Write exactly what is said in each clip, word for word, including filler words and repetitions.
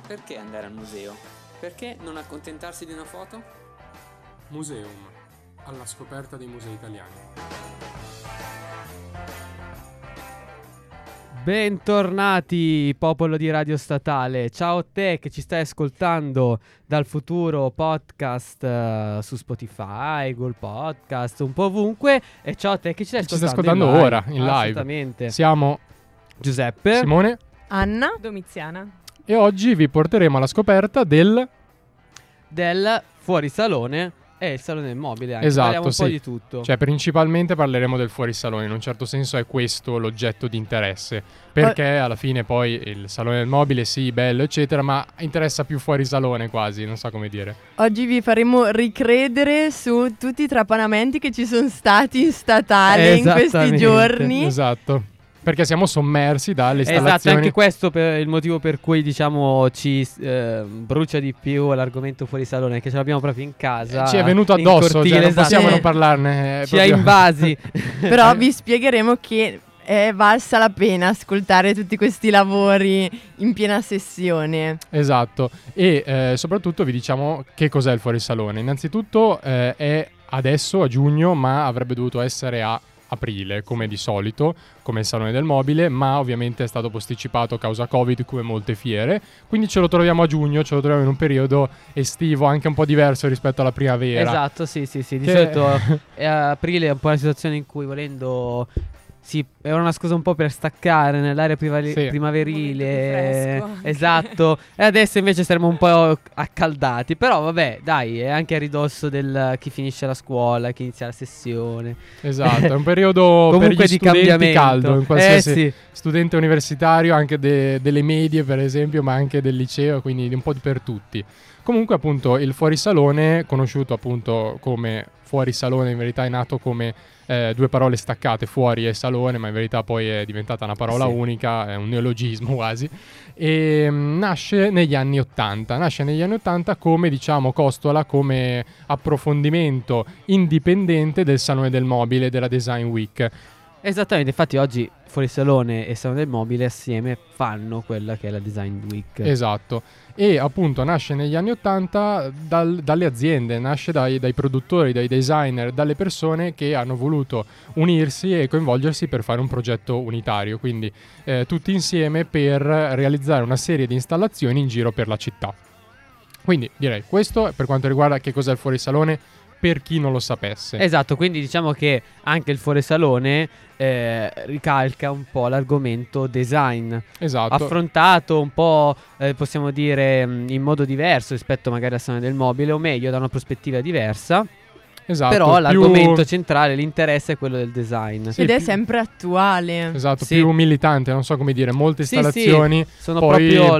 Perché andare al museo? Perché non accontentarsi di una foto? Museum, alla scoperta dei musei italiani. Bentornati popolo di Radio Statale, ciao a te che ci stai ascoltando dal futuro podcast uh, su Spotify, Google Podcast, un po' ovunque, e ciao a te che ci stai Ci ascoltando, stai ascoltando in ora, in live. Assolutamente. Siamo Giuseppe, Simone Anna, Domiziana. e oggi vi porteremo alla scoperta del... del fuorisalone e il salone del mobile anche. Esatto, Parliamo un sì. po' di tutto. Cioè, principalmente parleremo del fuorisalone, in un certo senso è questo l'oggetto di interesse, perché alla fine poi il salone del mobile sì, bello eccetera, ma interessa più fuorisalone quasi, non so come dire. oggi vi faremo ricredere su tutti i trapanamenti che ci sono stati in statale in questi Esattamente. giorni. Esatto, perché siamo sommersi dalle Esatto, installazioni. anche questo è il motivo per cui diciamo ci eh, brucia di più l'argomento fuorisalone, che ce l'abbiamo proprio in casa. Ci è venuto in addosso, cortile, cioè non esatto. possiamo Sì. non parlarne. è Ci ha proprio- invasi. Però vi spiegheremo che è valsa la pena ascoltare tutti questi lavori in piena sessione. Esatto, e eh, soprattutto vi diciamo che cos'è il fuorisalone. Innanzitutto eh, è adesso a giugno, ma avrebbe dovuto essere a aprile come di solito, come il salone del mobile, ma ovviamente è stato posticipato a causa Covid come molte fiere, quindi ce lo troviamo a giugno, ce lo troviamo in un periodo estivo anche un po' diverso rispetto alla primavera. Esatto, sì, sì, sì. Di Che- solito è aprile è un po' la situazione in cui volendo sì, è una scusa un po' per staccare nell'area privali- Sì. primaverile. Un momento più fresco. Esatto. E adesso invece saremo un po' accaldati. Però vabbè, dai, è anche a ridosso del chi finisce la scuola, chi inizia la sessione. Esatto, è un periodo per Comunque gli di studenti cambiamento. caldo, in qualsiasi Eh sì. studente universitario, anche de- delle medie per esempio, ma anche del liceo, quindi un po' per tutti. Comunque appunto il fuorisalone, conosciuto appunto come fuorisalone, in verità è nato come eh, due parole staccate, fuori e salone, ma in verità poi è diventata una parola Sì. unica, è un neologismo quasi, e mm, nasce negli anni ottanta, nasce negli anni ottanta come diciamo costola, come approfondimento indipendente del salone del mobile, della Design Week. Esattamente, infatti oggi Fuorisalone e Salone del Mobile assieme fanno quella che è la Design Week. Esatto, e appunto nasce negli anni ottanta dal- dalle aziende, nasce dai, dai produttori, dai designer, dalle persone che hanno voluto unirsi e coinvolgersi per fare un progetto unitario, quindi eh, tutti insieme per realizzare una serie di installazioni in giro per la città. Quindi direi questo per quanto riguarda che cos'è il fuorisalone, per chi non lo sapesse. Esatto, quindi diciamo che anche il Fuorisalone eh, ricalca un po' l'argomento design, Esatto. affrontato un po' eh, possiamo dire mh, in modo diverso rispetto magari al Salone del Mobile, o meglio da una prospettiva diversa. Esatto, Però più- l'argomento centrale, l'interesse è quello del design. Sì, Ed è più- sempre attuale. Esatto, Sì. più militante, non so come dire, molte Sì, installazioni. sì, sono poi- proprio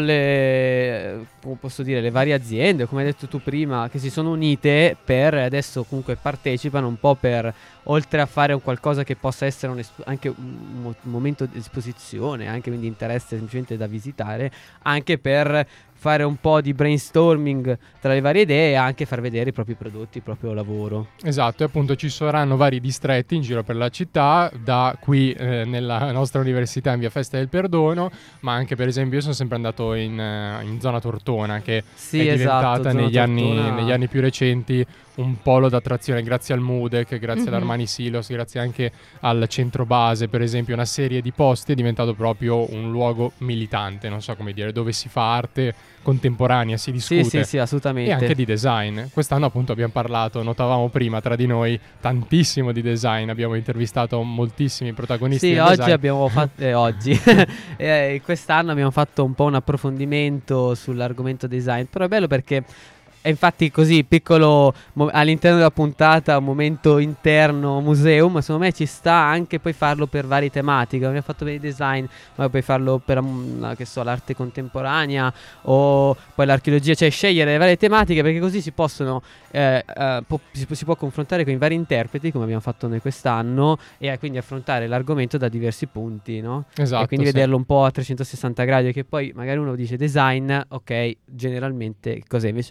le, come posso dire, le varie aziende, come hai detto tu prima, che si sono unite per adesso comunque partecipano un po' per, oltre a fare un qualcosa che possa essere un esp- anche un, mo- un momento di esposizione, anche quindi interesse semplicemente da visitare, anche per fare un po' di brainstorming tra le varie idee e anche far vedere i propri prodotti, il proprio lavoro. Esatto, e appunto ci saranno vari distretti in giro per la città, da qui eh, nella nostra università in via Festa del Perdono, ma anche per esempio io sono sempre andato in, eh, in zona Tortona, che Sì, è diventata esatto, zona negli, anni, Tortona. negli anni più recenti un polo d'attrazione grazie al Mudec, grazie Mhm. all'Armani Silos, grazie anche al centro base, per esempio una serie di posti è diventato proprio un luogo militante, non so come dire, dove si fa arte contemporanea, si discute. Sì, sì, sì, assolutamente. E anche di design. Quest'anno appunto abbiamo parlato, notavamo prima tra di noi tantissimo di design, abbiamo intervistato moltissimi protagonisti Sì, del oggi design. abbiamo fatto eh, oggi eh, quest'anno abbiamo fatto un po' un approfondimento sull'argomento design, però è bello perché è infatti così piccolo mo- all'interno della puntata un momento interno museum, ma secondo me ci sta anche poi farlo per varie tematiche. Abbiamo fatto per il design, ma puoi farlo per um, che so, l'arte contemporanea o poi l'archeologia, cioè scegliere le varie tematiche, perché così si possono eh, eh, po- si, pu- si può confrontare con i vari interpreti come abbiamo fatto noi quest'anno e eh, quindi affrontare l'argomento da diversi punti, no? Esatto, E quindi sì. vederlo un po' a trecentosessanta gradi, che poi magari uno dice design, ok, generalmente cos'è? Invece noi abbiamo avuto modo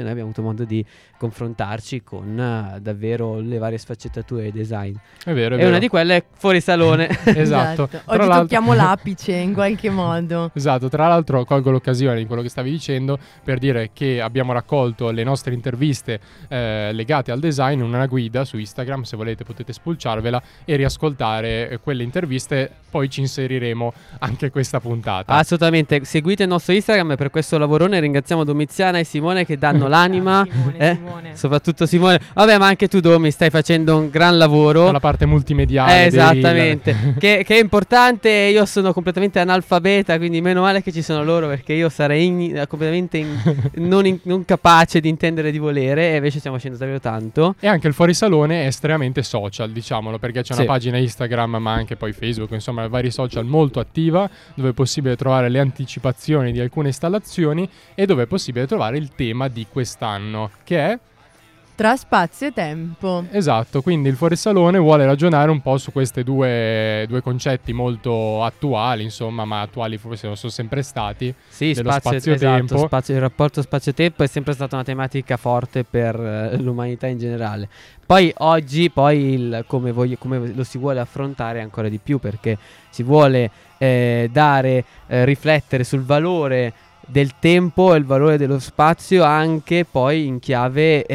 modo di confrontarci con uh, davvero le varie sfaccettature del design. È vero, è E vero. una di quelle è fuori salone. Esatto. Tra Oggi l'altro- tocchiamo l'apice in qualche modo. Esatto, tra l'altro colgo l'occasione di quello che stavi dicendo per dire che abbiamo raccolto le nostre interviste eh, legate al design in una guida su Instagram, se volete potete spulciarvela e riascoltare eh, quelle interviste, poi ci inseriremo anche questa puntata. Assolutamente, seguite il nostro Instagram per questo lavorone. Ringraziamo Domiziana e Simone che danno l'anima. Simone, eh? Simone. Soprattutto Simone. Vabbè, ma anche tu, Domi, stai facendo un gran lavoro. La parte multimediale. Eh, dei esattamente, reel. che, che è importante. Io sono completamente analfabeta, quindi meno male che ci sono loro, perché io sarei in- completamente in- non, in- non capace di intendere di volere, e invece stiamo facendo davvero tanto. E anche il fuorisalone è estremamente social, diciamolo, perché c'è una Sì. pagina Instagram, ma anche poi Facebook, insomma vari social molto attiva, dove è possibile trovare le anticipazioni di alcune installazioni e dove è possibile trovare il tema di quest'anno, che è... Tra spazio e tempo. Esatto, quindi il fuorisalone vuole ragionare un po' su questi due, due concetti molto attuali, insomma, ma attuali forse non sono sempre stati. Sì, dello spazio, spazio-tempo. esatto, spazio- il rapporto spazio-tempo è sempre stata una tematica forte per eh, l'umanità in generale. Poi oggi, poi il- come, vogli- come lo si vuole affrontare ancora di più, perché si vuole eh, dare, eh, riflettere sul valore del tempo e il valore dello spazio anche poi in chiave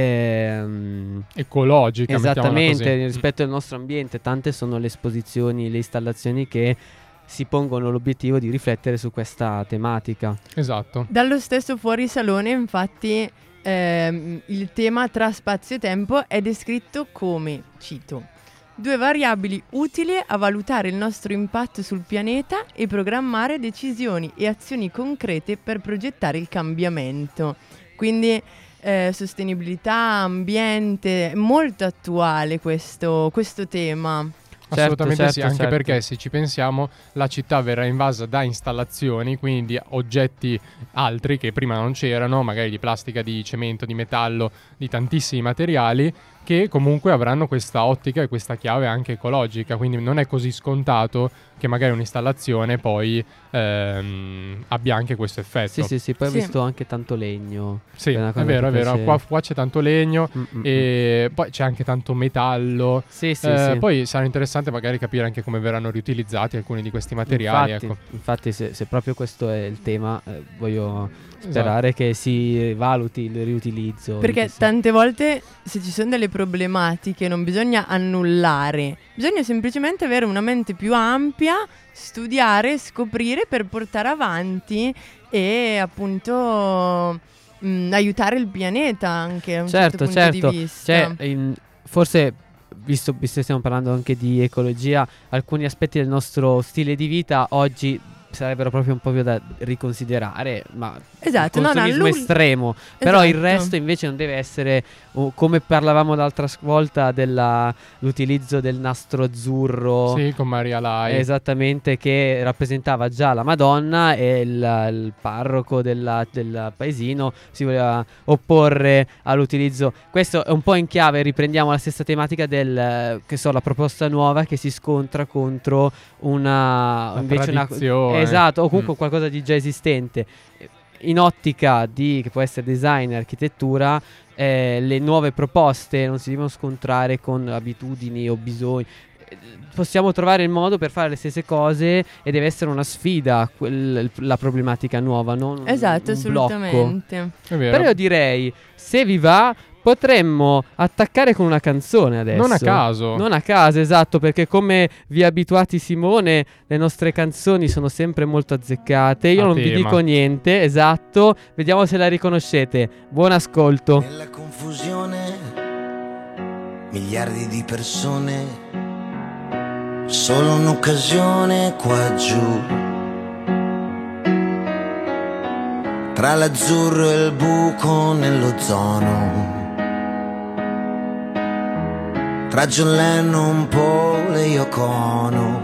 ehm, Ecologica, mettiamola esattamente così. rispetto al nostro ambiente. Tante sono le esposizioni, le installazioni che si pongono l'obiettivo di riflettere su questa tematica. Esatto. Dallo stesso fuorisalone, infatti, ehm, il tema tra spazio e tempo è descritto come, cito, due variabili utili a valutare il nostro impatto sul pianeta e programmare decisioni e azioni concrete per progettare il cambiamento. Quindi eh, sostenibilità, ambiente, è molto attuale questo, questo tema. Assolutamente Certo, sì, certo, anche certo. perché se ci pensiamo la città verrà invasa da installazioni, quindi oggetti altri che prima non c'erano, magari di plastica, di cemento, di metallo, di tantissimi materiali che comunque avranno questa ottica e questa chiave anche ecologica, quindi non è così scontato che magari un'installazione poi ehm, abbia anche questo effetto. Sì, sì, sì, poi Sì. ho visto anche tanto legno. Sì, È una è cosa vero, che è vero, piace. qua, qua c'è tanto legno Mm, mm, e poi c'è anche tanto metallo. Sì, sì, Eh, sì. Poi sarà interessante magari capire anche come verranno riutilizzati alcuni di questi materiali. Infatti, ecco. infatti se, se proprio questo è il tema, eh, voglio sperare che si valuti il riutilizzo. di Perché questi- tante volte se ci sono delle problematiche non bisogna annullare, bisogna semplicemente avere una mente più ampia, studiare, scoprire per portare avanti e appunto mh, aiutare il pianeta anche a un certo, Certo, punto certo. di vista. Cioè, in- forse, visto, visto che stiamo parlando anche di ecologia, alcuni aspetti del nostro stile di vita oggi sarebbero proprio un po' più da riconsiderare, ma Esatto, il no, no, consumismo lui- estremo. Però il Esatto. resto invece non deve essere, uh, come parlavamo l'altra s- volta dell'utilizzo del nastro azzurro. Sì, con Maria Lai. Esattamente, che rappresentava già la Madonna, e il, il parroco della- del paesino si voleva opporre all'utilizzo. Questo è un po' in chiave, riprendiamo la stessa tematica del, eh, che so, la proposta nuova che si scontra contro una La invece una tradizione. esatto, o comunque Mm. qualcosa di già esistente. In ottica di, che può essere design, architettura, eh, le nuove proposte non si devono scontrare con abitudini o bisogni. Eh, Possiamo trovare il modo per fare le stesse cose e deve essere una sfida quel- la problematica nuova, non un- Esatto, un blocco. assolutamente. È vero. Però io direi, se vi va, potremmo attaccare con una canzone adesso. Non a caso. Non a caso, esatto, perché come vi ha abituati Simone, le nostre canzoni sono sempre molto azzeccate. Io A non vi tema. dico niente, esatto. Vediamo se la riconoscete. Buon ascolto. Nella confusione, miliardi di persone, solo un'occasione qua giù. Tra l'azzurro e il buco nell'ozono, tra John Lennon, Paul e Yoko Ono.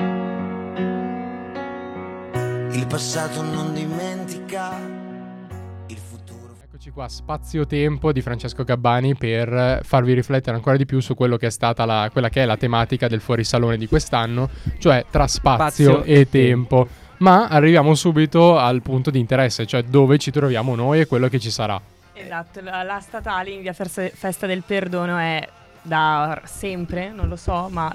Il passato non dimentica, il futuro. Eccoci qua, Spazio-tempo di Francesco Gabbani, per farvi riflettere ancora di più su quello che è stata la, quella che è la tematica del fuorisalone di quest'anno, cioè tra spazio, Spazio e e tempo. Ma arriviamo subito al punto di interesse, cioè dove ci troviamo noi e quello che ci sarà. Esatto, la, la statale in via Ferse- Festa del Perdono è da sempre, non lo so, ma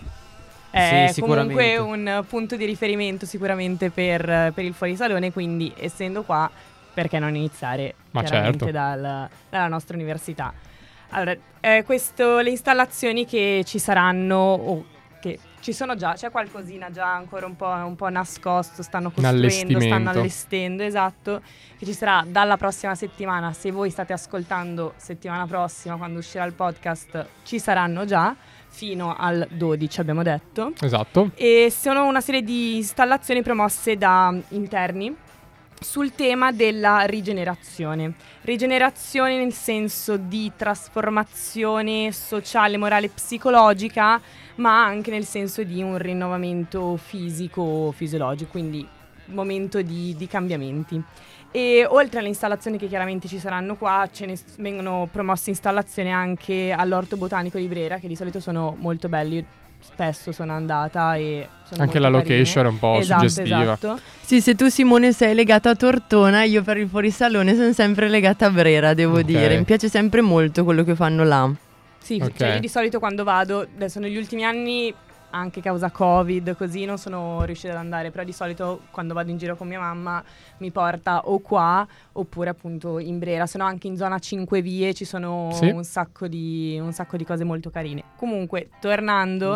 è Sì, comunque sicuramente. un punto di riferimento sicuramente per, per il fuorisalone, quindi essendo qua, perché non iniziare Ma chiaramente certo. dal- dalla nostra università. Allora, eh, questo, le installazioni che ci saranno, o che ci sono già, c'è qualcosina già ancora un po', un po' nascosto, stanno costruendo, stanno allestimento. allestendo, esatto, che ci sarà dalla prossima settimana. Se voi state ascoltando settimana prossima, quando uscirà il podcast, ci saranno già, fino al dodici abbiamo detto. Esatto. E sono una serie di installazioni promosse da interni sul tema della rigenerazione. Rigenerazione nel senso di trasformazione sociale, morale, psicologica, ma anche nel senso di un rinnovamento fisico, fisiologico, quindi momento di, di cambiamenti. E oltre alle installazioni che chiaramente ci saranno qua, ce ne s- vengono promosse installazioni anche all'Orto Botanico di Brera, che di solito sono molto belli. Io spesso sono andata e sono Anche molto la carine. location è un po' Esatto, suggestiva. esatto. Sì, se tu Simone sei legata a Tortona, io per il fuorisalone sono sempre legata a Brera, devo Ok. dire. Mi piace sempre molto quello che fanno là. Sì, Ok. cioè io di solito quando vado, adesso negli ultimi anni, anche causa Covid, così non sono riuscita ad andare, però di solito quando vado in giro con mia mamma mi porta o qua oppure appunto in Brera, se no anche in zona cinque vie ci sono Sì. un sacco di un sacco di cose molto carine. Comunque, tornando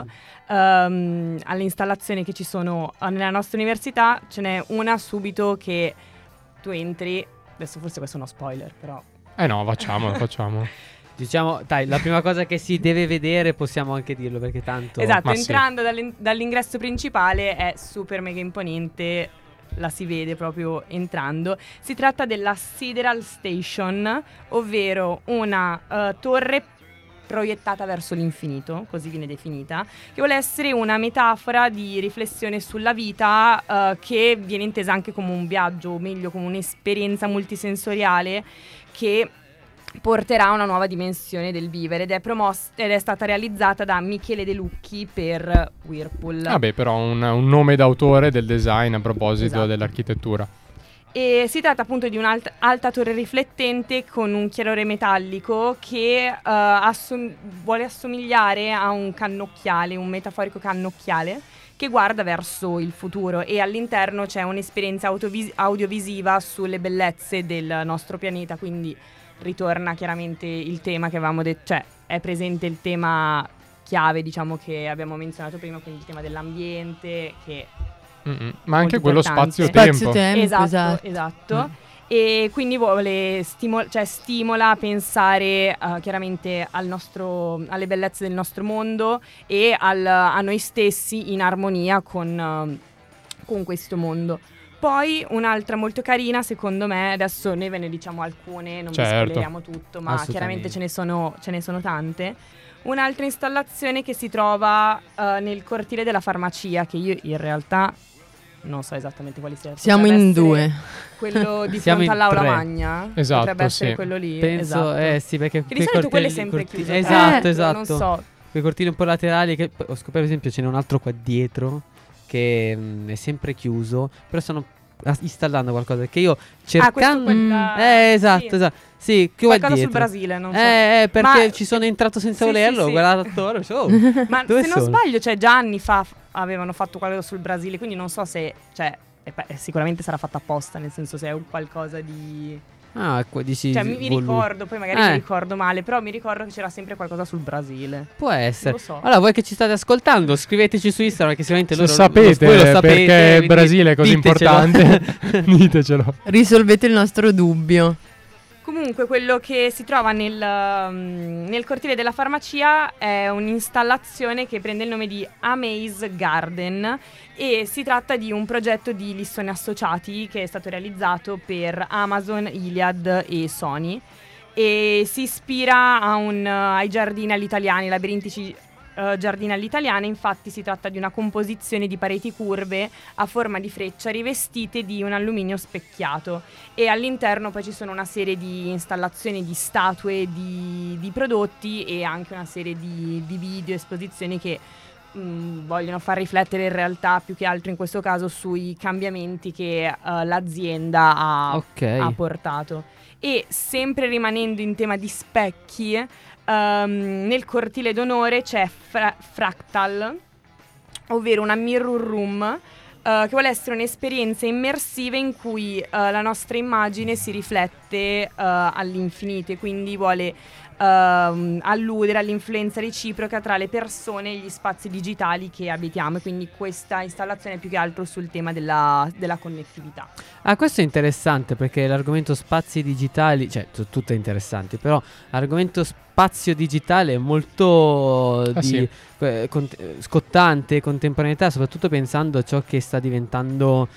ehm, alle installazioni che ci sono eh, nella nostra università, ce n'è una subito che tu entri, adesso forse questo è uno spoiler, però Eh no, facciamolo, facciamolo. Diciamo, dai, la prima cosa che si deve vedere possiamo anche dirlo perché tanto... esatto, ma sì. entrando dall'in- dall'ingresso principale è super mega imponente, la si vede proprio entrando. Si tratta della Sideral Station, ovvero una eh, torre proiettata verso l'infinito, così viene definita, che vuole essere una metafora di riflessione sulla vita eh, che viene intesa anche come un viaggio, o meglio come un'esperienza multisensoriale che porterà a una nuova dimensione del vivere ed è, promossa, ed è stata realizzata da Michele De Lucchi per Whirlpool. Vabbè, però un, un nome d'autore del design a proposito Esatto. dell'architettura. E si tratta appunto di un'alta alta torre riflettente con un chiarore metallico che eh, assom- vuole assomigliare a un cannocchiale, un metaforico cannocchiale che guarda verso il futuro, e all'interno c'è un'esperienza autovis- audiovisiva sulle bellezze del nostro pianeta, quindi ritorna chiaramente il tema che avevamo detto, cioè è presente il tema chiave, diciamo, che abbiamo menzionato prima, quindi il tema dell'ambiente, che Mm-mm. Ma anche Molto quello importante. spazio-tempo. Spazio-tempo, esatto, esatto. esatto. Mm. E quindi vuole stimo- cioè stimola a pensare eh, chiaramente al nostro, alle bellezze del nostro mondo e al- a noi stessi in armonia con, eh, con questo mondo. Poi un'altra molto carina, secondo me, adesso noi ve ne diciamo alcune, non Certo. vi spoileriamo tutto, ma Assolutamente. chiaramente ce ne sono, ce ne sono tante. Un'altra installazione che si trova eh, nel cortile della farmacia, che io in realtà non so esattamente quali sia. Siamo Potrebbe in essere due. quello di Siamo fronte in all'aula tre. magna. Esatto, Potrebbe essere sì. quello lì. Penso, esatto. eh sì, perché Che di solito quello è sempre cortili- chiuso. Esatto, Eh, esatto. Non so. Quei cortili un po' laterali che poi ho scoperto, per esempio, ce n'è un altro qua dietro che mh, è sempre chiuso, però stanno as- installando qualcosa che io cercando quella- Eh, esatto, sì. esatto. Sì, che va Qualcosa sul dietro. Brasile, non so. Eh, eh, perché Ma- ci sono entrato senza Sì, volerlo, sì, ho sì. guardato attorno, dicevo, oh, Ma dove se non sono? sbaglio, cioè già anni fa f- avevano fatto qualcosa sul Brasile, quindi non so se, cioè, eh, beh, sicuramente sarà fatta apposta, nel senso se è un qualcosa di... Ah, qua dici Cioè mi, mi volu- ricordo, poi magari Eh. mi ricordo male, però mi ricordo che c'era sempre qualcosa sul Brasile. Può essere. Non lo so. Allora, voi che ci state ascoltando, scriveteci su Instagram, che sicuramente Se loro sapete, lo, voi lo sapete, perché il quindi Brasile è così ditecelo. importante, ditecelo. Risolvete il nostro dubbio. Comunque quello che si trova nel, um, nel cortile della farmacia è un'installazione che prende il nome di Amaze Garden e si tratta di un progetto di Lissone Associati che è stato realizzato per Amazon, Iliad e Sony e si ispira a un, uh, ai giardini all'italiani, labirintici uh, giardini all'italiana. Infatti si tratta di una composizione di pareti curve a forma di freccia rivestite di un alluminio specchiato e all'interno poi ci sono una serie di installazioni di statue di, di prodotti e anche una serie di, di video esposizioni che mh, vogliono far riflettere in realtà più che altro in questo caso sui cambiamenti che uh, l'azienda ha, Ok. ha portato. E sempre rimanendo in tema di specchi, um, nel cortile d'onore c'è Fra- Fractal, ovvero una mirror room Uh, che vuole essere un'esperienza immersiva in cui uh, la nostra immagine si riflette uh, all'infinito e quindi vuole uh, alludere all'influenza reciproca tra le persone e gli spazi digitali che abitiamo, e quindi questa installazione è più che altro sul tema della, della connettività. Ah, questo è interessante perché l'argomento spazi digitali, cioè t- tutto è interessante, però l'argomento spazio digitale è molto Ah, di, sì. eh, cont- scottante, contemporaneità, soprattutto pensando a ciò che sta diventando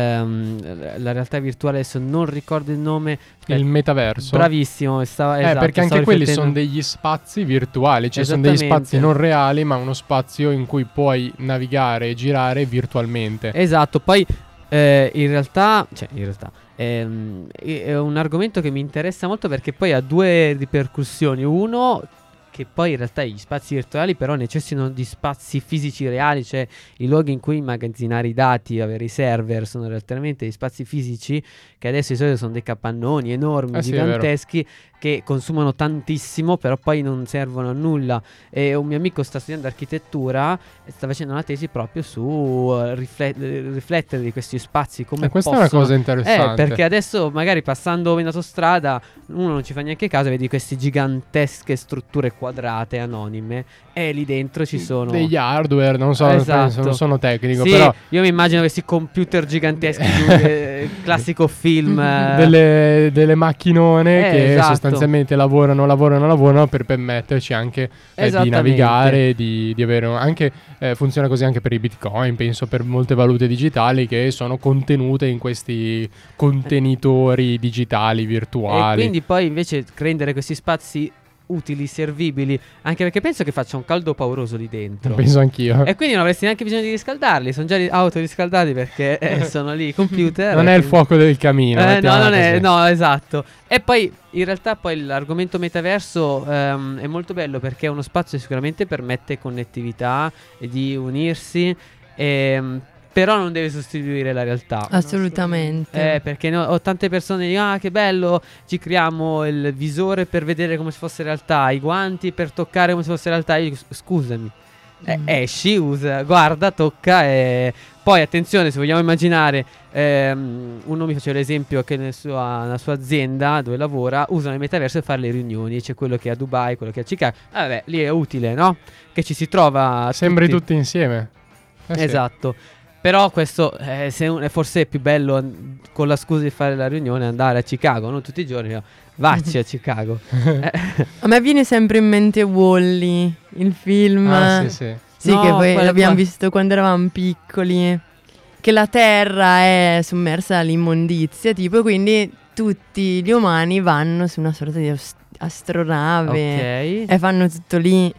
ehm, la realtà virtuale. Adesso non ricordo il nome. Il metaverso. Bravissimo, stava, Eh, esatto, perché anche stavo quelli riflettendo- sono degli spazi virtuali, cioè sono degli Esattamente. spazi non reali, ma uno spazio in cui puoi navigare e girare virtualmente. Esatto, poi eh, in realtà, cioè in realtà ehm, è, è un argomento che mi interessa molto perché poi ha due ripercussioni. Uno, che poi in realtà gli spazi virtuali però necessitano di spazi fisici reali, cioè i luoghi in cui immagazzinare i dati, avere i server, sono realmente degli spazi fisici che adesso di solito sono dei capannoni enormi, Eh sì, è vero. giganteschi, che consumano tantissimo però poi non servono a nulla. E un mio amico sta studiando architettura e sta facendo una tesi proprio su uh, riflet- riflettere di questi spazi, come E questa possono... è una cosa Eh, interessante. perché adesso magari passando in autostrada uno non ci fa neanche caso, vedi queste gigantesche strutture quadrate anonime e lì dentro ci sono degli hardware, non so, Esatto. non sono tecnico, sì, però io mi immagino questi computer giganteschi di un eh, classico film eh, delle, delle macchinone Eh, che esatto. sostanzialmente lavorano, lavorano, lavorano per permetterci anche eh, di Esattamente. navigare, di, di avere anche eh, funziona così anche per i bitcoin, penso, per molte valute digitali che sono contenute in questi contenitori digitali e virtuali. quindi poi invece rendere questi spazi utili, servibili, anche perché penso che faccia un caldo pauroso lì dentro. Penso anch'io. E quindi non avresti neanche bisogno di riscaldarli, sono già ri- autoriscaldati perché eh, sono lì i computer. Non e è il quindi- fuoco del camino. Eh, no, mettiamola non è, così. no, esatto. E poi in realtà poi l'argomento metaverso ehm, è molto bello perché è uno spazio che sicuramente permette connettività e di unirsi, ehm, però non deve sostituire la realtà. Assolutamente. Eh, perché no- ho tante persone che dicono: ah, che bello, ci creiamo il visore per vedere come se fosse realtà, i guanti per toccare come se fosse realtà. Io dico, scusami, eh, Mm. esci, usa, guarda, tocca e poi attenzione, se vogliamo immaginare, ehm, uno mi faceva l'esempio che nel sua, nella sua azienda dove lavora usano il metaverso per fare le riunioni, c'è quello che è a Dubai, quello che è a Chicago. Ah, vabbè, lì è utile, no? Che ci si trova Sembri tutti. tutti insieme. Eh sì. Esatto. Però questo eh, se un- forse è più bello an- con la scusa di fare la riunione andare a Chicago, non tutti i giorni, no? Vacci a Chicago. Eh, A me viene sempre in mente Wall-E, il film. Ah, sì, sì. Sì, No, che poi quella l'abbiamo qua- visto quando eravamo piccoli. Che la terra è sommersa dall'immondizia, tipo, e quindi tutti gli umani vanno su una sorta di as- astronave ok. e fanno tutto lì.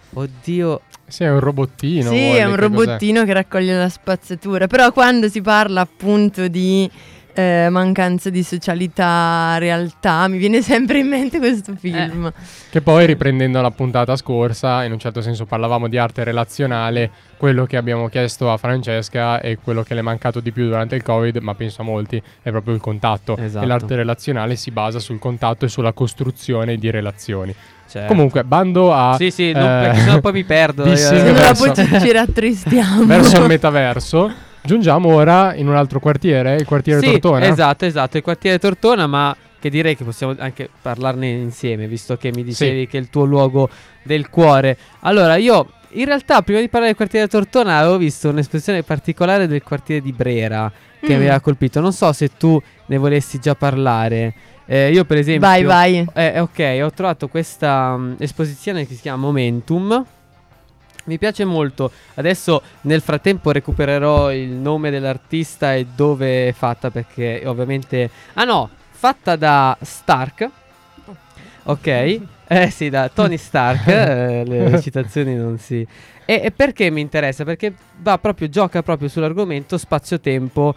Oddio. Sì, è un robottino. Sì, vuole, è un che cos'è? robottino che raccoglie la spazzatura. Però quando si parla appunto di eh, mancanza di socialità, realtà, mi viene sempre in mente questo film. Che poi, riprendendo la puntata scorsa, in un certo senso parlavamo di arte relazionale. Quello che abbiamo chiesto a Francesca e quello che le è mancato di più durante il Covid, ma penso a molti, è proprio il contatto. Esatto. E l'arte relazionale si basa sul contatto e sulla costruzione di relazioni. Cioè. Comunque, bando a... Sì, sì, non- eh, perché sennò poi mi perdo. dissing Eh, Se no verso- dopo ci, ci rattristiamo. verso il metaverso. Giungiamo ora in un altro quartiere, il quartiere sì, Tortona. esatto, esatto, il quartiere Tortona, ma che direi che possiamo anche parlarne insieme, visto che mi dicevi che è il tuo luogo del cuore. Allora, io in realtà prima di parlare del quartiere Tortona avevo visto un'esposizione particolare del quartiere di Brera che Mm. mi aveva colpito. Non so se tu ne volessi già parlare. Eh, io per esempio Vai, vai. Eh, ok, ho trovato questa mm, esposizione che si chiama Momentum. Mi piace molto. Adesso nel frattempo recupererò il nome dell'artista e dove è fatta, perché ovviamente... Ah no, fatta da Stark. Ok. Eh sì, da Tony Stark. eh, le citazioni non si... E, e perché mi interessa? Perché va proprio, gioca proprio sull'argomento spazio-tempo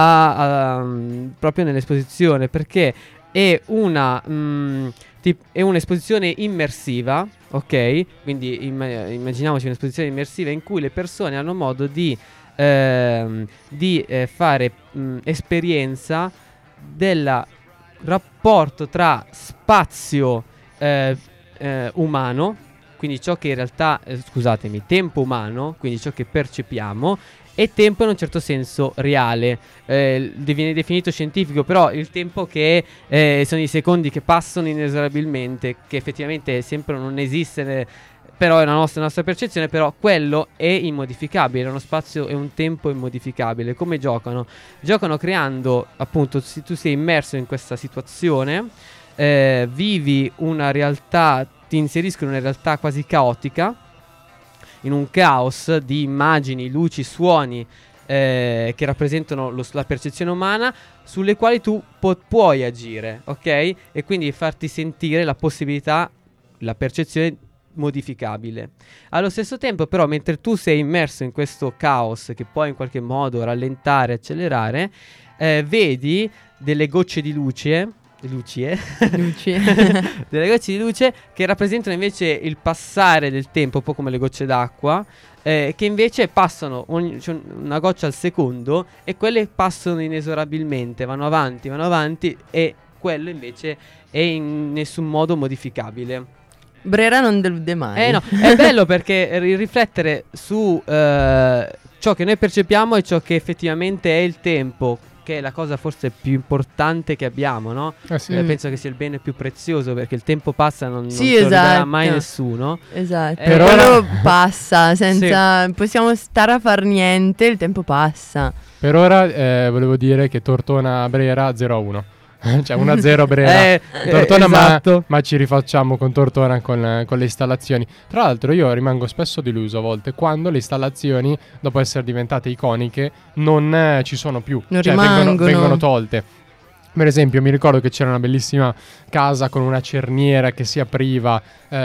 a, a, mm, proprio nell'esposizione, perché è una mm, tip- è un'esposizione immersiva, ok? Quindi imma- immaginiamoci un'esposizione immersiva in cui le persone hanno modo di, ehm, di eh, fare mm, esperienza della rapporto tra spazio eh, eh, umano, quindi ciò che in realtà, eh, scusatemi, tempo umano, quindi ciò che percepiamo, e tempo in un certo senso reale, eh, viene definito scientifico, però il tempo che eh, sono i secondi che passano inesorabilmente, che effettivamente sembrano non esistere, però è una nostra, nostra percezione, però quello è immodificabile, è uno spazio e un tempo immodificabile. Come giocano? Giocano creando, appunto, se tu sei immerso in questa situazione, eh, vivi una realtà, ti inseriscono in una realtà quasi caotica, in un caos di immagini, luci, suoni eh, che rappresentano lo, la percezione umana, sulle quali tu pu- puoi agire, ok? E quindi farti sentire la possibilità, la percezione modificabile. Allo stesso tempo, però, mentre tu sei immerso in questo caos che puoi in qualche modo rallentare, accelerare, eh, vedi delle gocce di luce. Luci, Luci. delle gocce di luce che rappresentano invece il passare del tempo, un po' come le gocce d'acqua, eh, che invece passano ogni, cioè una goccia al secondo, e quelle passano inesorabilmente, vanno avanti, vanno avanti, e quello invece è in nessun modo modificabile. Brera non delude mai. Eh no, è bello perché ri- riflettere su eh, ciò che noi percepiamo e ciò che effettivamente è il tempo, che è la cosa forse più importante che abbiamo, no? Eh sì. Eh, Mm. penso che sia il bene più prezioso, perché il tempo passa, non, Sì, non te lo ridarà esatto. mai nessuno. Esatto. Eh, Per Quello ora- passa senza. Possiamo stare a far niente, il tempo passa. Per ora eh, volevo dire che Tortona Brera zero a uno. Cioè uno a zero Brera. Eh, Tortona, eh, ma- esatto. ma, ci rifacciamo con Tortona con, con le installazioni. Tra l'altro io rimango spesso deluso a volte quando le installazioni, dopo essere diventate iconiche, non eh, ci sono più. Non cioè vengono, rimangono. vengono tolte. Per esempio mi ricordo che c'era una bellissima casa con una cerniera che si apriva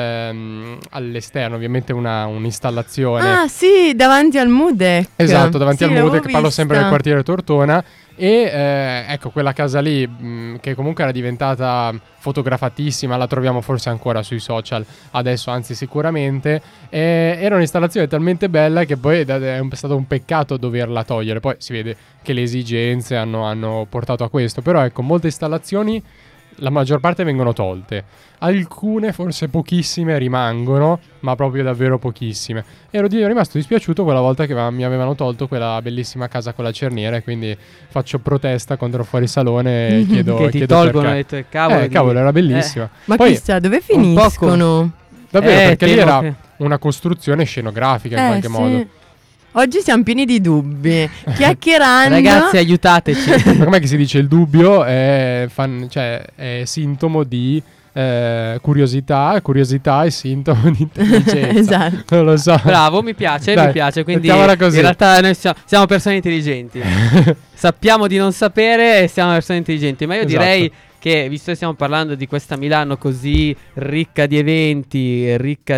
ehm, all'esterno, ovviamente una, un'installazione. Ah, sì, davanti al Mudec. Esatto, davanti Sì, al l'avevo Mudec, parlo sempre del vista. quartiere Tortona. E eh, ecco, quella casa lì, mh, che comunque era diventata fotografatissima, la troviamo forse ancora sui social adesso, anzi sicuramente, eh, era un'installazione talmente bella che poi da- è un- è stato un peccato doverla togliere. Poi si vede che le esigenze hanno, hanno portato a questo, però ecco, molte installazioni, la maggior parte vengono tolte, alcune, forse pochissime, rimangono, ma proprio davvero pochissime. Ero di- rimasto dispiaciuto quella volta che va- mi avevano tolto quella bellissima casa con la cerniera, e quindi faccio protesta contro il fuorisalone e chiedo, Che ti chiedo tolgono perché. le tue cavolo. Eh, di- cavolo, era bellissima. Ma Poi, chissà dove un po' finiscono. davvero, Eh, perché lì temo era che- una costruzione scenografica in Eh, qualche sì. modo. Oggi siamo pieni di dubbi. Chiacchierando. Ragazzi, aiutateci. Ma com'è che si dice? Il dubbio è, fan- cioè, è sintomo di eh, curiosità, curiosità è sintomo di intelligenza. Esatto. Non lo so. Bravo, mi piace, Dai, mi piace. Quindi mettiamola così. in realtà noi siamo, siamo persone intelligenti. Sappiamo di non sapere e siamo persone intelligenti. Ma io Esatto. direi che, visto che stiamo parlando di questa Milano così ricca di eventi, ricca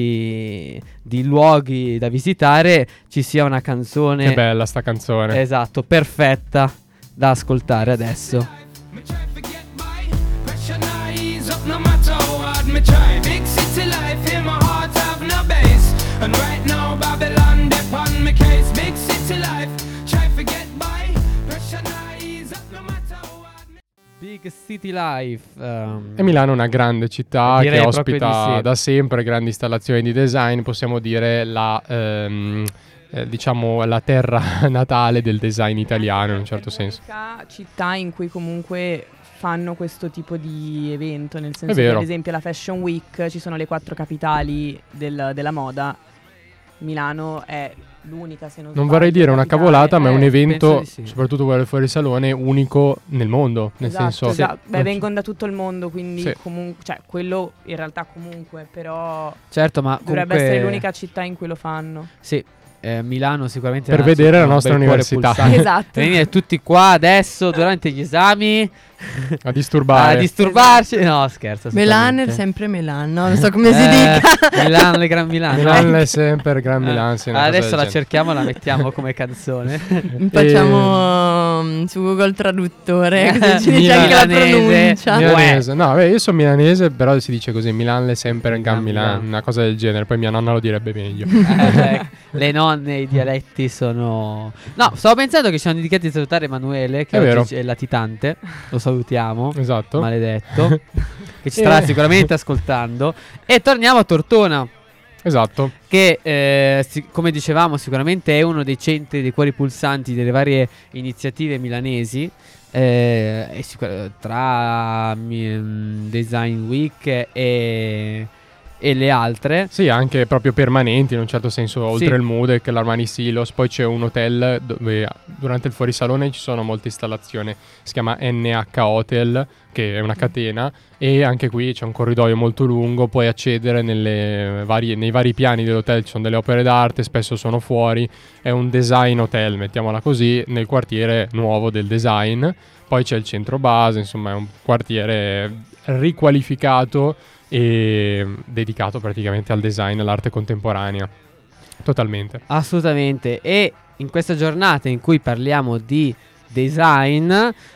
di, di luoghi da visitare, ci sia una canzone Che bella sta canzone. esatto, perfetta da ascoltare adesso. Me try forget my pressure now ease up no matter how hard me try. Big city life in my heart have no base. And right now Babylon dip on me case. Big city life, try forget my pressure now ease up no matter how hard me. Big City Life. ehm, E Milano è una grande città Direi che proprio ospita di sì. da sempre grandi installazioni di design, possiamo dire la, ehm, eh, diciamo, la terra natale del design italiano in un certo È senso. l'unica città in cui comunque fanno questo tipo di evento, nel senso È che vero. ad esempio la Fashion Week, ci sono le quattro capitali del- della moda. Milano è l'unica, se non Non sbaglio, vorrei dire una capitale. cavolata, ma è un Eh, evento, penso di sì. soprattutto quello del fuorisalone, unico nel mondo. Nel Esatto, senso, esatto. Beh, non- vengono da tutto il mondo, quindi Sì. comunque, cioè quello in realtà comunque, però certo, ma dovrebbe comunque- essere l'unica città in cui lo fanno. Sì, eh, Milano sicuramente Per è una vedere città- la un nostra bel cuore università. pulsante. Esatto. Venire tutti qua adesso durante gli esami a disturbare. a disturbarci. No, scherzo. Melaner, assolutamente. sempre Melano, non so come si Eh, dica. Milano, le Gran Milano. Milano è sempre Gran Eh, Milano. sì, una cosa adesso del la genere. cerchiamo e la mettiamo come canzone. Facciamo mm, su Google Traduttore, così ci dice anche la Milanese. pronuncia. Milanese. No, beh, io sono milanese, però si dice così, Milan le sempre Gan Milan, Milan, una cosa del genere. Poi mia nonna lo direbbe meglio. Eh, le nonne, i dialetti sono... No, stavo pensando che ci siamo dedicati a salutare Emanuele, che È vero. oggi è latitante. Lo salutiamo. Esatto. Maledetto. Che ci starà Eh. sicuramente ascoltando. E torniamo a Tortona, Esatto. che eh, si- come dicevamo sicuramente è uno dei centri, dei cuori pulsanti delle varie iniziative milanesi, eh, e sicur- tra mm, Design Week e, e le altre. Sì, anche proprio permanenti in un certo senso, oltre Sì. il Mudec, l'Armani Silos, poi c'è un hotel dove durante il fuorisalone ci sono molte installazioni, si chiama N H Hotel, che è una catena, e anche qui c'è un corridoio molto lungo, puoi accedere nelle varie- nei vari piani dell'hotel, ci sono delle opere d'arte, spesso sono fuori, è un design hotel, mettiamola così, nel quartiere nuovo del design, poi c'è il centro base, insomma è un quartiere riqualificato e dedicato praticamente al design, all'arte contemporanea, totalmente. Assolutamente. E in questa giornata in cui parliamo di design,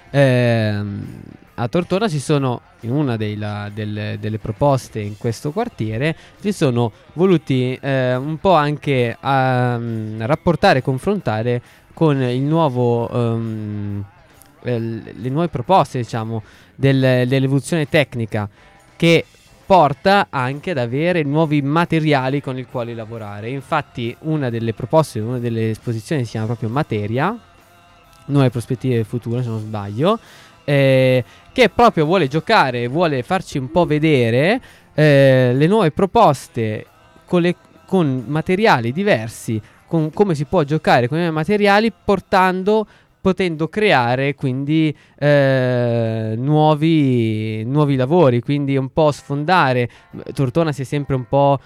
ehm, a Tortona ci sono, in una dei la- delle, delle proposte in questo quartiere, si sono voluti eh, un po' anche ehm, rapportare e confrontare con il nuovo ehm, eh, le nuove proposte, diciamo, del- dell'evoluzione tecnica, che porta anche ad avere nuovi materiali con i quali lavorare. Infatti una delle proposte, una delle esposizioni si chiama proprio Materia, nuove prospettive del futuro, se non sbaglio, eh, che proprio vuole giocare, vuole farci un po' vedere eh, le nuove proposte con, le- con materiali diversi, con come si può giocare con i nuovi materiali, portando potendo creare quindi eh, nuovi, nuovi lavori, quindi un po' sfondare. Tortona si è sempre un po'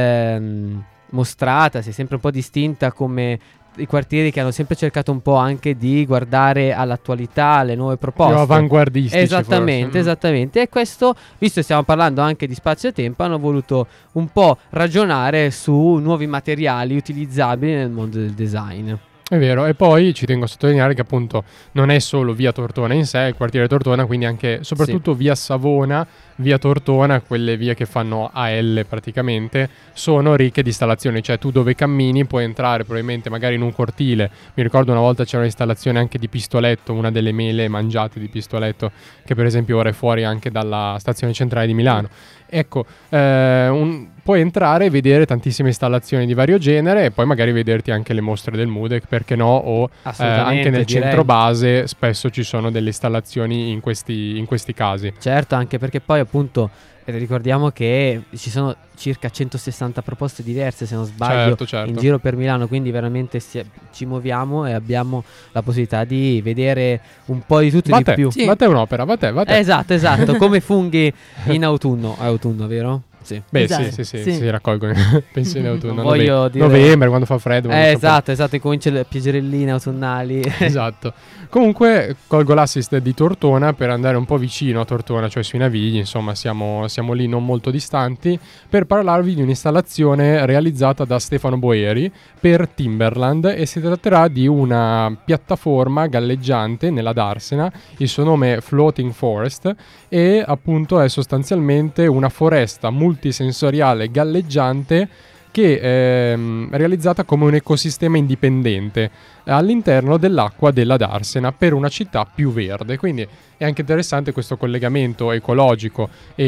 ehm, mostrata, si è sempre un po' distinta come i quartieri che hanno sempre cercato un po' anche di guardare all'attualità, alle nuove proposte. Più avanguardistici, Esattamente, forse. esattamente. E questo, visto che stiamo parlando anche di spazio e tempo, hanno voluto un po' ragionare su nuovi materiali utilizzabili nel mondo del design. È vero, e poi ci tengo a sottolineare che appunto non è solo via Tortona in sé, il quartiere Tortona, quindi anche soprattutto via Savona, via Tortona, quelle vie che fanno A L praticamente, sono ricche di installazioni, cioè tu dove cammini puoi entrare probabilmente magari in un cortile. Mi ricordo una volta c'era un'installazione anche di Pistoletto, una delle mele mangiate di Pistoletto, che per esempio ora è fuori anche dalla stazione centrale di Milano. Ecco, eh, un- puoi entrare e vedere tantissime installazioni di vario genere e poi magari vederti anche le mostre del Mudec, perché no, o eh, Assolutamente, anche nel direi. centro base spesso ci sono delle installazioni in questi, in questi casi. Certo, anche perché poi appunto eh, ricordiamo che ci sono circa centosessanta proposte diverse, se non sbaglio, Certo, certo. in giro per Milano, quindi veramente si- ci muoviamo e abbiamo la possibilità di vedere un po' di tutto e Va di te, più. Sì. va te un'opera, va te, va te. Esatto, esatto, come funghi in autunno. È autunno, vero? Sì. Beh, Esatto, sì, sì, sì, sì. si raccolgono penso in autunno. Non voglio nove- dire- Novembre, quando fa freddo. quando Eh, fa esatto, esatto, cominciano le pioggerelline autunnali. Esatto. Comunque colgo l'assist di Tortona per andare un po' vicino a Tortona, cioè sui Navigli, insomma siamo, siamo lì non molto distanti, per parlarvi di un'installazione realizzata da Stefano Boeri per Timberland, e si tratterà di una piattaforma galleggiante nella Darsena, il suo nome è Floating Forest, e appunto è sostanzialmente una foresta multisensoriale galleggiante che è ehm, realizzata come un ecosistema indipendente all'interno dell'acqua della Darsena per una città più verde. Quindi è anche interessante questo collegamento ecologico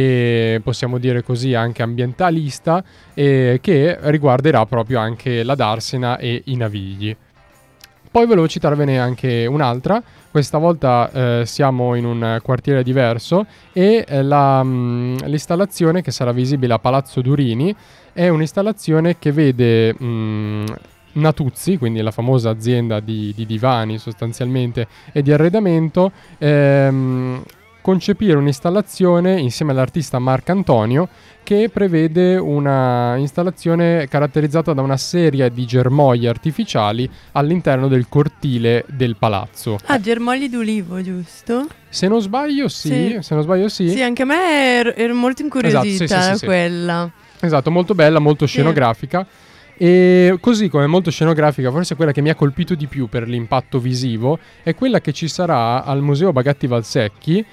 e possiamo dire così anche ambientalista, eh, che riguarderà proprio anche la Darsena e i Navigli. Poi volevo citarvene anche un'altra. Questa volta eh, siamo in un quartiere diverso e eh, la, mh, l'installazione che sarà visibile a Palazzo Durini è un'installazione che vede mh, Natuzzi, quindi la famosa azienda di, di divani sostanzialmente e di arredamento, ehm, concepire un'installazione insieme all'artista Marcantonio che prevede una installazione caratterizzata da una serie di germogli artificiali all'interno del cortile del palazzo. Ah, germogli d'ulivo, giusto? Se non sbaglio sì, Sì. se non sbaglio sì. Sì, anche a me ero, ero molto incuriosita Esatto, sì, sì, sì, da sì. quella. Esatto, molto bella, molto scenografica. E così come molto scenografica, forse quella che mi ha colpito di più per l'impatto visivo è quella che ci sarà al Museo Bagatti Valsecchi,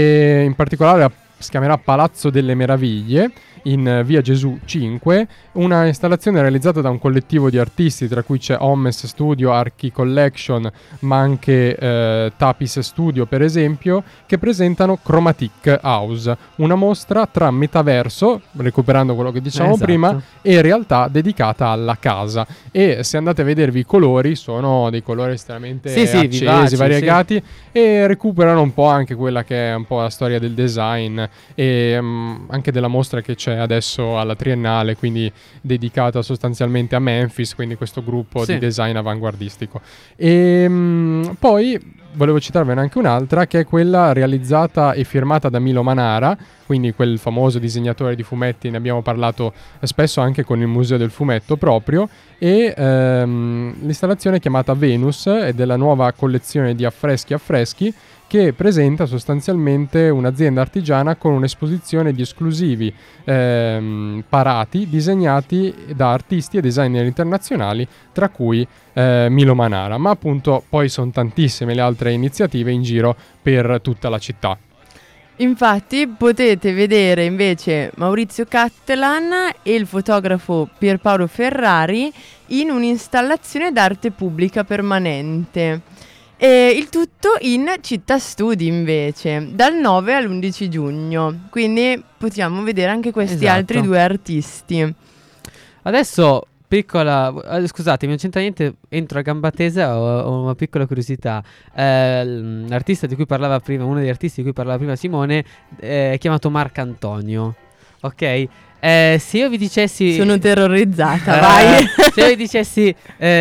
e in particolare a si chiamerà Palazzo delle Meraviglie in via Gesù cinque, una installazione realizzata da un collettivo di artisti tra cui c'è Ommes Studio, Archi Collection, ma anche eh, Tapis Studio per esempio, che presentano Chromatic House, una mostra tra metaverso, recuperando quello che dicevamo Esatto. prima, e realtà dedicata alla casa. E se andate a vedervi i colori, sono dei colori estremamente Sì, sì, accesi, vivaci, variegati, e recuperano un po' anche quella che è un po' la storia del design e um, anche della mostra che c'è adesso alla Triennale, quindi dedicata sostanzialmente a Memphis, quindi questo gruppo Sì. di design avanguardistico. E um, poi volevo citarvene anche un'altra, che è quella realizzata e firmata da Milo Manara, quindi quel famoso disegnatore di fumetti, ne abbiamo parlato spesso anche con il Museo del Fumetto proprio, e ehm, l'installazione è chiamata Venus, è della nuova collezione di affreschi affreschi, che presenta sostanzialmente un'azienda artigiana con un'esposizione di esclusivi ehm, parati disegnati da artisti e designer internazionali, tra cui eh, Milo Manara, ma appunto poi sono tantissime le altre iniziative in giro per tutta la città. Infatti potete vedere invece Maurizio Cattelan e il fotografo Pierpaolo Ferrari in un'installazione d'arte pubblica permanente. E il tutto in Città Studi invece, dal nove all'undici giugno, quindi possiamo vedere anche questi Esatto. altri due artisti. Adesso, piccola, eh, scusate, non c'entra niente, entro a gamba tesa, ho, ho una piccola curiosità. Eh, l'artista di cui parlava prima, uno degli artisti di cui parlava prima Simone, eh, è chiamato Marcantonio, ok? Eh, se io vi dicessi... Sono terrorizzata, Eh, vai! Se io vi dicessi...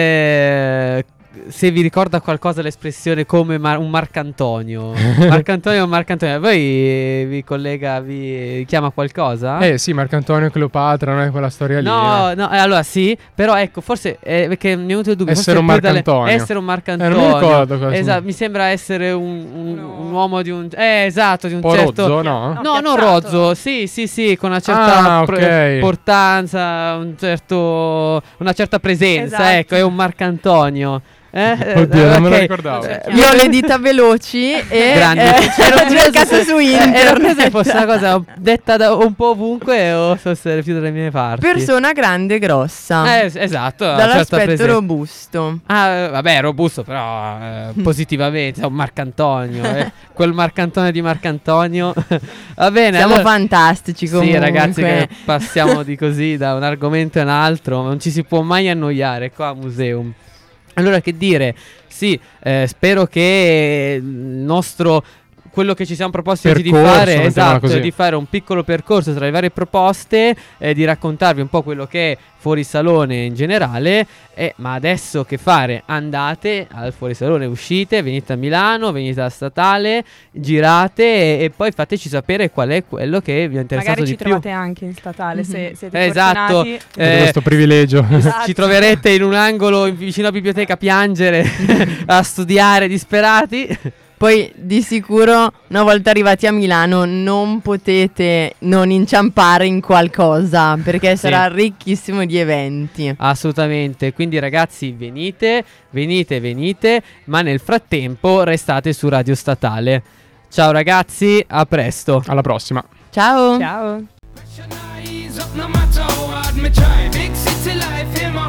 Eh, se vi ricorda qualcosa l'espressione come mar- un Marcantonio, Marcantonio o Marcantonio, a voi eh, vi collega, vi chiama qualcosa? Eh sì, Marcantonio e Cleopatra, non è quella storia lì. No, eh. no, eh, allora sì, però ecco, forse eh, perché mi è venuto il dubbio, Essere forse un più dalle- Marcantonio. essere un Marcantonio. Eh, non mi ricordo cosa- Esatto, mi sembra essere un, un- un uomo di un eh, esatto, di un Un po' certo rozzo, no? No, No, non piazzato. rozzo, sì, sì, sì, con una certa Ah, pre- ok. portanza, un certo una certa presenza, Esatto. ecco, è un Marcantonio. Eh, Oddio, non me lo ok. ricordavo. Eh, Io ho le dita veloci e Grande. eh, Ero ho curioso cercato se- su eh, Ero curioso se internet. fosse una cosa detta da un po' ovunque o fosse più dalle mie parti. Persona grande e grossa, Eh, es- esatto, una certa dall'aspetto presenza. robusto. Ah, eh, vabbè, robusto, però eh, positivamente, è un Marcantonio, eh, quel Marcantonio di Marcantonio. Va bene, Siamo allora- fantastici comunque. Sì, ragazzi, che passiamo di così da un argomento a un altro, non ci si può mai annoiare qua a Museum. Allora, che dire, sì, eh, spero che il nostro... quello che ci siamo proposti oggi di Percorso, fare, mettiamola esatto, è così. di fare un piccolo percorso tra le varie proposte, eh, di raccontarvi un po' quello che è Fuorisalone in generale, eh, ma adesso che fare? Andate al Fuorisalone, uscite, venite a Milano, venite alla Statale, girate e, e poi fateci sapere qual è quello che vi è interessato Magari di ci più. trovate anche in statale se siete Esatto. fortunati. Avete Eh, questo privilegio. Esatto. Ci troverete in un angolo in- vicino alla biblioteca a piangere, a studiare disperati. Poi di sicuro una volta arrivati a Milano non potete non inciampare in qualcosa, perché Sì. sarà ricchissimo di eventi. Assolutamente, quindi ragazzi venite, venite, venite, ma nel frattempo restate su Radio Statale. Ciao ragazzi, a presto. Alla prossima. Ciao! Ciao. Pressure not ease up no matter how hard me try. Big city life in my